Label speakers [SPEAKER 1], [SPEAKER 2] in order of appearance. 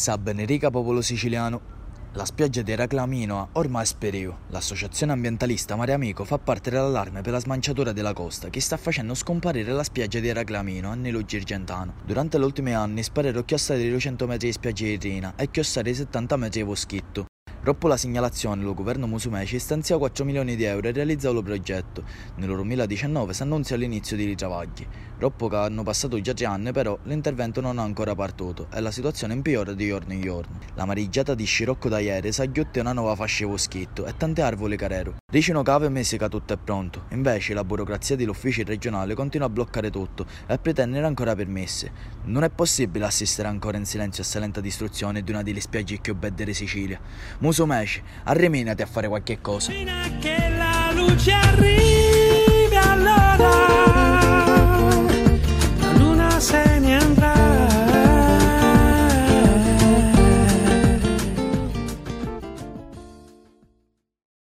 [SPEAKER 1] Sa benerica popolo siciliano. La spiaggia di Eraclamino ormai speriu. L'associazione ambientalista Mare Amico fa parte dell'allarme per la smanciatura della costa che sta facendo scomparire la spiaggia di Eraclamino a Nilo Girgentano. Durante gli ultimi anni sparero chiostare di 200 metri di spiaggia di Rina e chiostare di 70 metri di Voschitto. Dopo la segnalazione, il governo Musumeci stanzia 4 milioni di euro e realizza il progetto. Nel 2019 si annunzia l'inizio dei ritrovagli. Dopo che hanno passato già 3 anni, però, l'intervento non ha ancora partuto e la situazione peggiora di giorno in giorno. La mariggiata di Scirocco da ieri s'aggiunge una nuova fascia di Voschitto e tante arvole carero. Dicono che ave mesi che tutto è pronto, invece la burocrazia dell'ufficio regionale continua a bloccare tutto e a pretendere ancora permessi. Non è possibile assistere ancora in silenzio a essa lenta distruzione di una delle spiagge più belle di Sicilia. Musumeci, arreminati a fare qualche cosa.
[SPEAKER 2] Che la luce